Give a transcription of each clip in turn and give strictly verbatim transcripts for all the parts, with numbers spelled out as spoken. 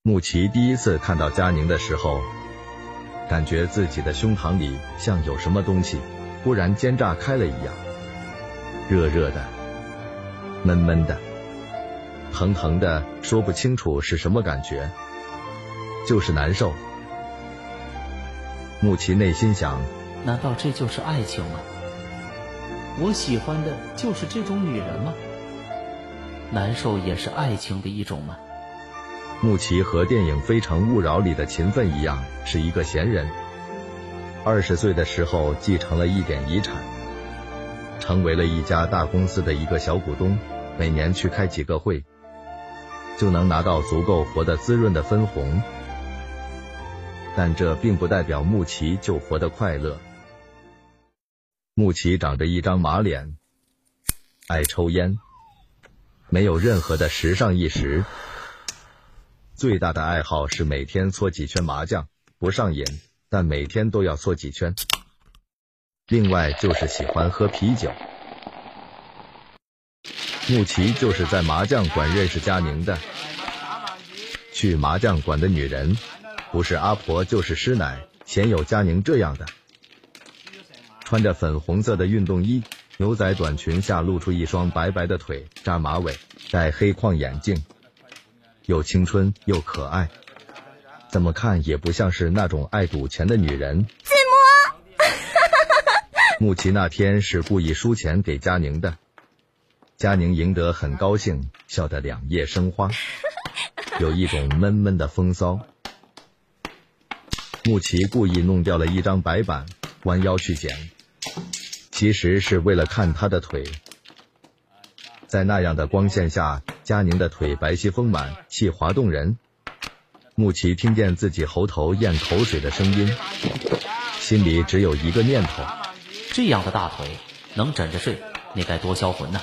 穆奇第一次看到佳宁的时候，感觉自己的胸膛里像有什么东西忽然间炸开了一样，热热的，闷闷的，疼疼的，说不清楚是什么感觉，就是难受。穆奇内心想， 难道这就是爱情吗？我喜欢的就是这种女人吗？难受也是爱情的一种吗？ 穆奇和电影《非诚勿扰》里的勤奋一样，是一个闲人。二十岁的时候继承了一点遗产，成为了一家大公司的一个小股东，每年去开几个会，就能拿到足够活得滋润的分红。但这并不代表穆奇就活得快乐。穆奇长着一张马脸，爱抽烟，没有任何的时尚意识。最大的爱好是每天搓几圈麻将，不上瘾，但每天都要搓几圈。另外就是喜欢喝啤酒。穆奇就是在麻将馆认识佳宁的。去麻将馆的女人，不是阿婆就是师奶，鲜有佳宁这样的。穿着粉红色的运动衣，牛仔短裙下露出一双白白的腿，扎马尾，戴黑框眼镜，又青春又可爱，怎么看也不像是那种爱赌钱的女人。 自摸穆奇那天是故意输钱给佳宁的，佳宁赢得很高兴，笑得两叶生花，有一种闷闷的风骚。穆奇故意弄掉了一张白板，弯腰去捡，其实是为了看她的腿。在那样的光线下，佳宁的腿白皙丰满，细滑动人。穆奇听见自己喉头咽口水的声音，心里只有一个念头： 这样的大腿能枕着睡，那该多销魂呢。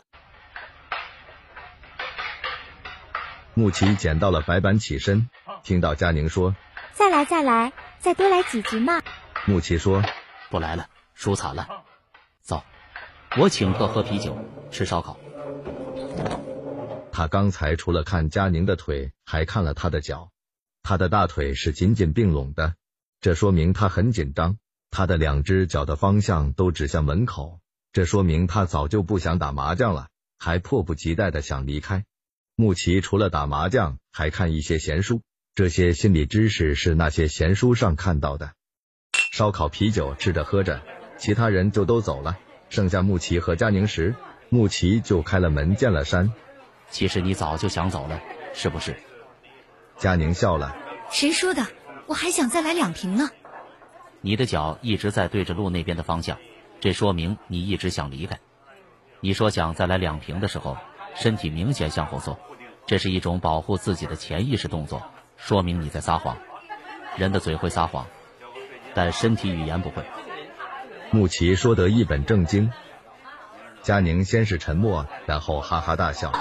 穆奇捡到了白板起身，听到佳宁说： 再来再来，再多来几局嘛。 穆奇说： 不来了，输惨了。走，我请客喝啤酒，吃烧烤。 他刚才除了看佳宁的腿，还看了她的脚。她的大腿是紧紧并拢的，这说明她很紧张。她的两只脚的方向都指向门口，这说明她早就不想打麻将了，还迫不及待的想离开。穆奇除了打麻将，还看一些闲书，这些心理知识是那些闲书上看到的。烧烤啤酒吃着喝着，其他人就都走了，剩下穆奇和佳宁时，穆奇就开了门见了山。 其实你早就想走了，是不是？ 佳宁笑了。 谁说的？我还想再来两瓶呢。 你的脚一直在对着路那边的方向，这说明你一直想离开。你说想再来两瓶的时候，身体明显向后缩，这是一种保护自己的潜意识动作，说明你在撒谎。人的嘴会撒谎，但身体语言不会。 穆奇说得一本正经。佳宁先是沉默，然后哈哈大笑。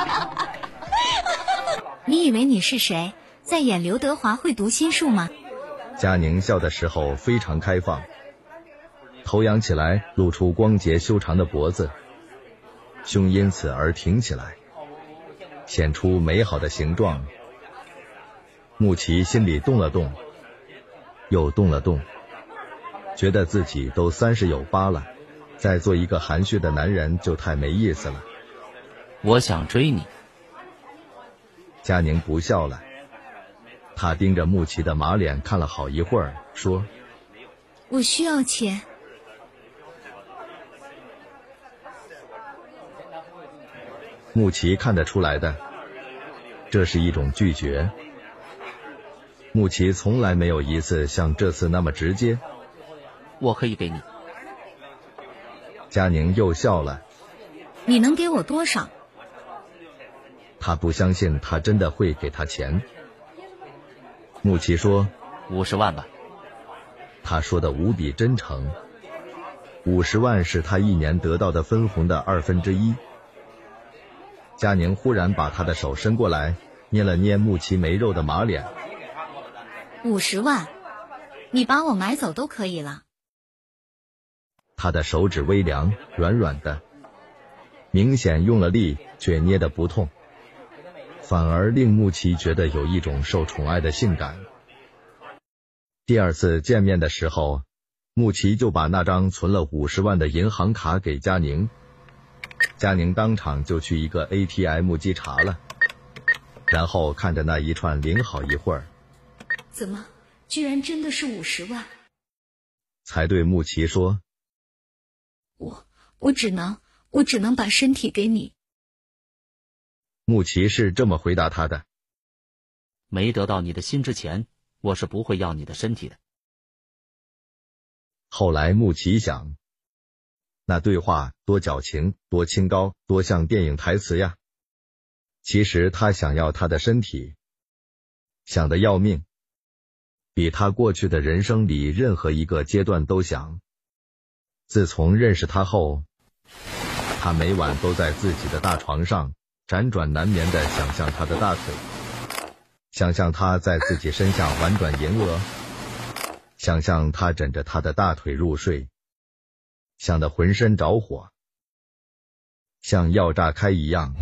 你以为你是谁，在演刘德华会读心术吗？ 佳宁笑的时候非常开放，头仰起来，露出光洁修长的脖子，胸因此而挺起来，显出美好的形状。穆奇心里动了动，又动了动，觉得自己都三十有八了，再做一个含蓄的男人就太没意思了。 我想追你。 佳宁不笑了，他盯着穆奇的马脸看了好一会儿，说： 我需要钱。 穆奇看得出来的，这是一种拒绝。穆奇从来没有一次像这次那么直接。 我可以给你。 佳宁又笑了。 你能给我多少？ 他不相信他真的会给他钱。穆奇说： 五十万吧。 他说的无比真诚。五十万是他一年得到的分红的二分之一。佳宁忽然把他的手伸过来，捏了捏穆奇没肉的马脸。 五十万，你把我买走都可以了。 他的手指微凉，软软的，明显用了力，却捏得不痛。 反而令穆奇觉得有一种受宠爱的性感。第二次见面的时候，穆奇就把那张存了五十万的银行卡给佳宁，佳宁当场就去一个 A T M 机查了，然后看着那一串零好一会儿， 怎么，居然真的是五十万？ 才对穆奇说：“ 我我只能我只能把身体给你。” 穆奇是这么回答他的：“ 没得到你的心之前，我是不会要你的身体的。” 后来穆奇想，那对话多矫情，多清高，多像电影台词呀。其实他想要他的身体，想得要命，比他过去的人生里任何一个阶段都想。自从认识他后，他每晚都在自己的大床上辗转难眠地想象他的大腿，想象他在自己身下婉转吟额，想象他枕着他的大腿入睡，想得浑身着火，像要炸开一样。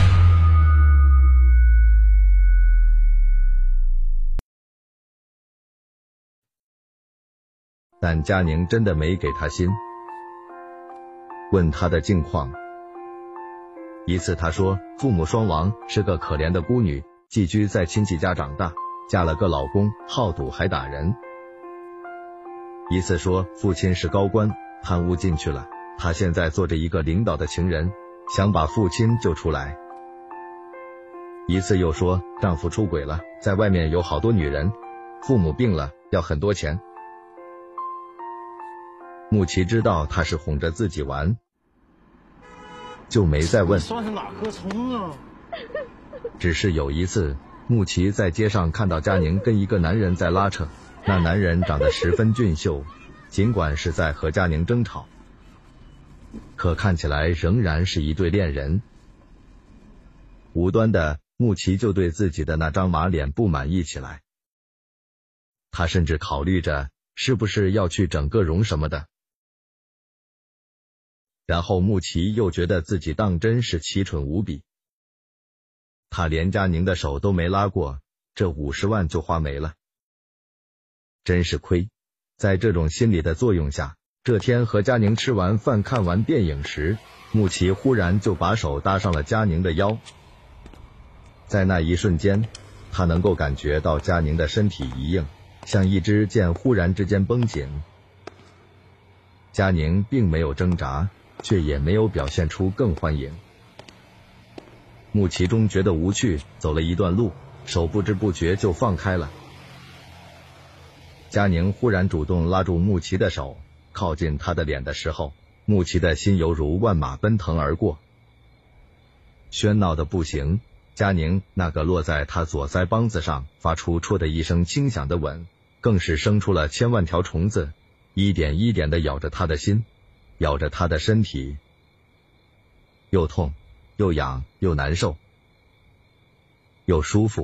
但佳宁真的没给他心，问他的近况。一次他说父母双亡，是个可怜的孤女，寄居在亲戚家长大，嫁了个老公，好赌还打人。一次说父亲是高官，贪污进去了，他现在做着一个领导的情人，想把父亲救出来。一次又说丈夫出轨了，在外面有好多女人，父母病了，要很多钱。穆奇知道他是哄着自己玩，就没再问。 算是哪棵葱啊？ 只是有一次，穆奇在街上看到佳宁跟一个男人在拉扯，那男人长得十分俊秀，尽管是在和佳宁争吵，可看起来仍然是一对恋人。无端的，穆奇就对自己的那张马脸不满意起来，他甚至考虑着是不是要去整个容什么的。然后穆奇又觉得自己当真是奇蠢无比，他连佳宁的手都没拉过，这五十万就花没了，真是亏。在这种心理的作用下，这天和佳宁吃完饭看完电影时，穆奇忽然就把手搭上了佳宁的腰。在那一瞬间，他能够感觉到佳宁的身体一硬，像一支箭忽然之间绷紧。佳宁并没有挣扎，却也没有表现出更欢迎。穆奇中觉得无趣，走了一段路，手不知不觉就放开了。佳宁忽然主动拉住穆奇的手，靠近他的脸的时候，穆奇的心犹如万马奔腾而过，喧闹的不行。佳宁那个落在他左腮帮子上发出啜的一声轻响的吻，更是生出了千万条虫子，一点一点地咬着他的心，咬着他的身体，又痛又痒又难受又舒服。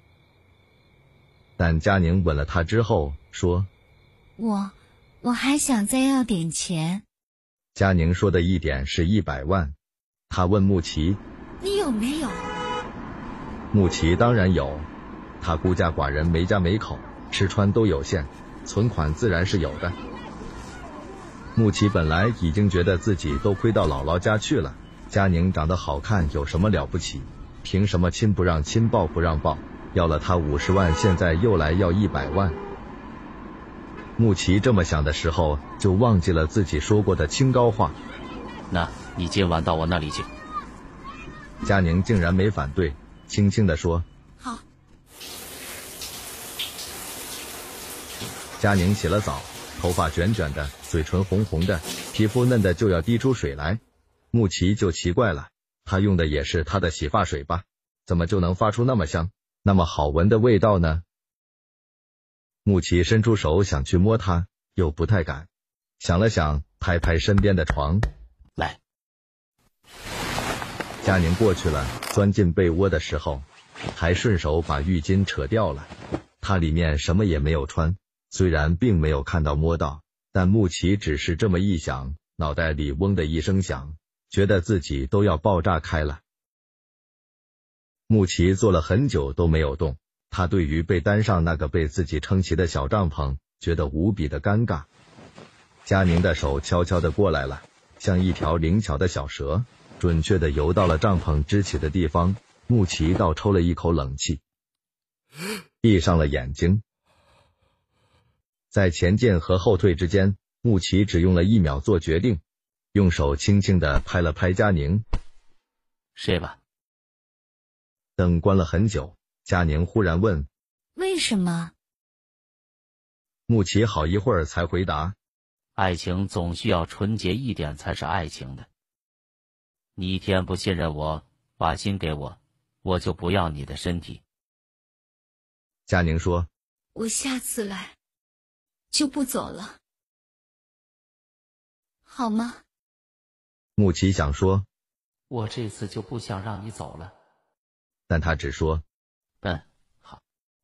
但佳宁吻了他之后说：“ 我我还想再要点钱。” 佳宁说的一点是一百万。他问穆奇：“ 你有没有？” 穆奇当然有，他孤家寡人，没家没口，吃穿都有限，存款自然是有的。穆奇本来已经觉得自己都亏到姥姥家去了，佳宁长得好看有什么了不起？凭什么亲不让亲，抱不让抱？要了他五十万，现在又来要一百万。穆奇这么想的时候，就忘记了自己说过的清高话。 那你今晚到我那里去。 佳宁竟然没反对，轻轻地说：“ 好。” 佳宁洗了澡，头发卷卷的，嘴唇红红的，皮肤嫩的就要滴出水来。穆奇就奇怪了，他用的也是他的洗发水吧？怎么就能发出那么香，那么好闻的味道呢？穆奇伸出手想去摸它，又不太敢，想了想，拍拍身边的床， 来。 佳宁过去了，钻进被窝的时候，还顺手把浴巾扯掉了。他里面什么也没有穿，虽然并没有看到摸到，但穆奇只是这么一想，脑袋里嗡的一声响，觉得自己都要爆炸开了。 穆奇坐了很久都没有动，他对于被担上那个被自己撑起的小帐篷觉得无比的尴尬。佳宁的手悄悄地过来了，像一条灵巧的小蛇，准确地游到了帐篷支起的地方。穆奇倒抽了一口冷气，闭上了眼睛。在前进和后退之间，穆奇只用了一秒做决定，用手轻轻地拍了拍佳宁。 睡吧。 灯关了很久，佳宁忽然问： 为什么？ 穆奇好一会儿才回答： 爱情总需要纯洁一点才是爱情的。你一天不信任我，把心给我，我就不要你的身体。 佳宁说： 我下次来就不走了，好吗？ 穆奇想说： 我这次就不想让你走了。 但他只说： 嗯，好。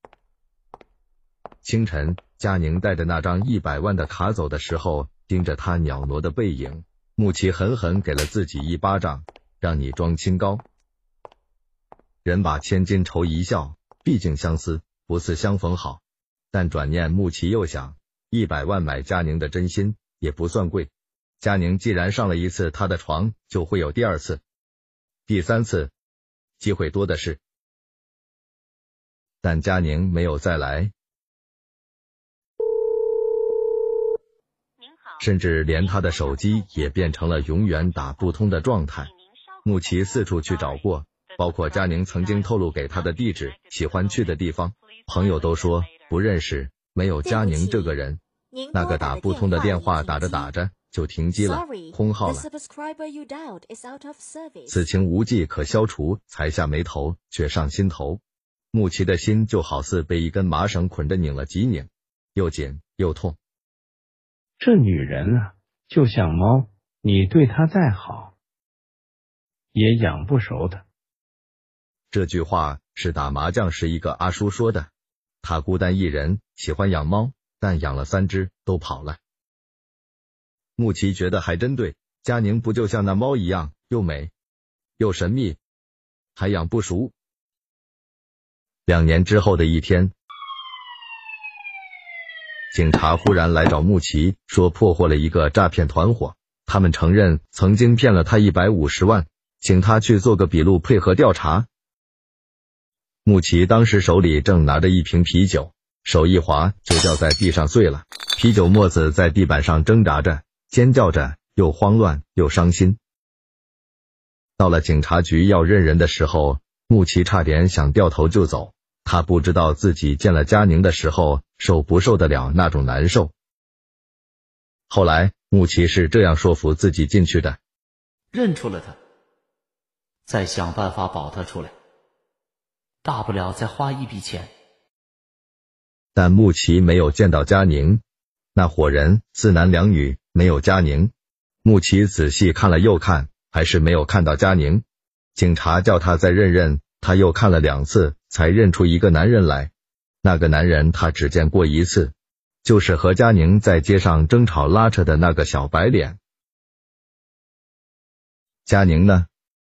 清晨，佳宁带着那张一百万的卡走的时候，盯着他袅娜的背影，穆奇狠狠给了自己一巴掌，让你装清高。人把千金愁一笑，毕竟相思不似相逢好。但转念穆奇又想，一百万买佳宁的真心也不算贵。佳宁既然上了一次他的床，就会有第二次、第三次，机会多的是。但佳宁没有再来，甚至连他的手机也变成了永远打不通的状态。穆奇四处去找过，包括佳宁曾经透露给他的地址、喜欢去的地方，朋友都说不认识，没有佳宁这个人。那个打不通的电话打着打着就停机了，空号了。此情无计可消除，才下眉头，却上心头。穆奇的心就好似被一根麻绳捆着拧了几拧，又紧又痛。 这女人啊，就像猫，你对她再好，也养不熟的。 这句话是打麻将时一个阿叔说的，他孤单一人，喜欢养猫，但养了三只都跑了。穆奇觉得还真对，佳宁不就像那猫一样，又美又神秘，还养不熟。两年之后的一天，警察忽然来找穆奇，说破获了一个诈骗团伙，他们承认曾经骗了他一百五十万，请他去做个笔录配合调查。穆奇当时手里正拿着一瓶啤酒，手一滑就掉在地上碎了，啤酒沫子在地板上挣扎着，尖叫着，又慌乱又伤心。到了警察局要认人的时候，穆奇差点想掉头就走，他不知道自己见了佳宁的时候受不受得了那种难受。后来穆奇是这样说服自己进去的： 认出了他，再想办法保他出来，大不了再花一笔钱。 但穆奇没有见到佳宁，那伙人四男两女，没有佳宁。穆奇仔细看了又看，还是没有看到佳宁。警察叫他再认认，他又看了两次，才认出一个男人来。那个男人他只见过一次，就是和佳宁在街上争吵拉扯的那个小白脸。佳宁呢？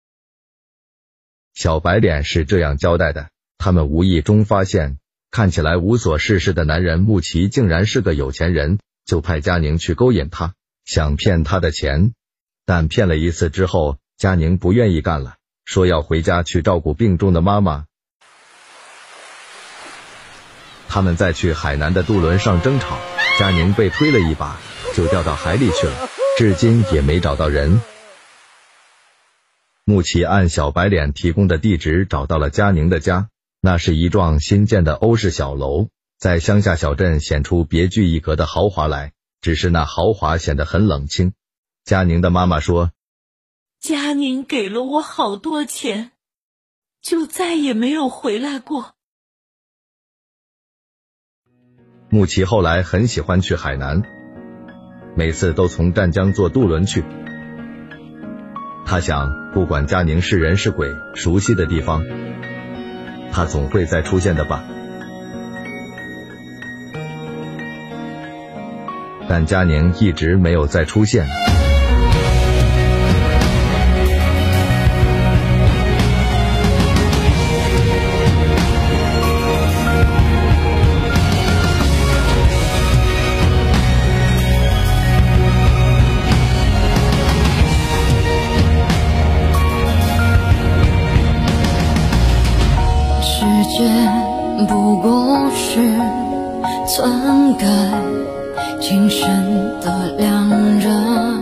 小白脸是这样交代的，他们无意中发现看起来无所事事的男人穆奇竟然是个有钱人，就派佳宁去勾引他，想骗他的钱。但骗了一次之后，佳宁不愿意干了，说要回家去照顾病重的妈妈。他们再去海南的渡轮上争吵，佳宁被推了一把，就掉到海里去了，至今也没找到人。穆奇按小白脸提供的地址找到了佳宁的家，那是一幢新建的欧式小楼，在乡下小镇显出别具一格的豪华来，只是那豪华显得很冷清。佳宁的妈妈说， 佳宁给了我好多钱，就再也没有回来过。 穆奇后来很喜欢去海南，每次都从湛江坐渡轮去。他想，不管佳宁是人是鬼，熟悉的地方，他总会再出现的吧。但佳宁一直没有再出现。 世界不过是篡改今生的两人，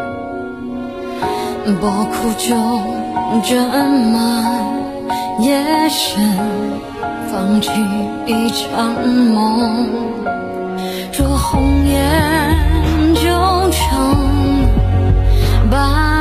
薄苦就斟满夜深，放弃一场梦。若红颜就成白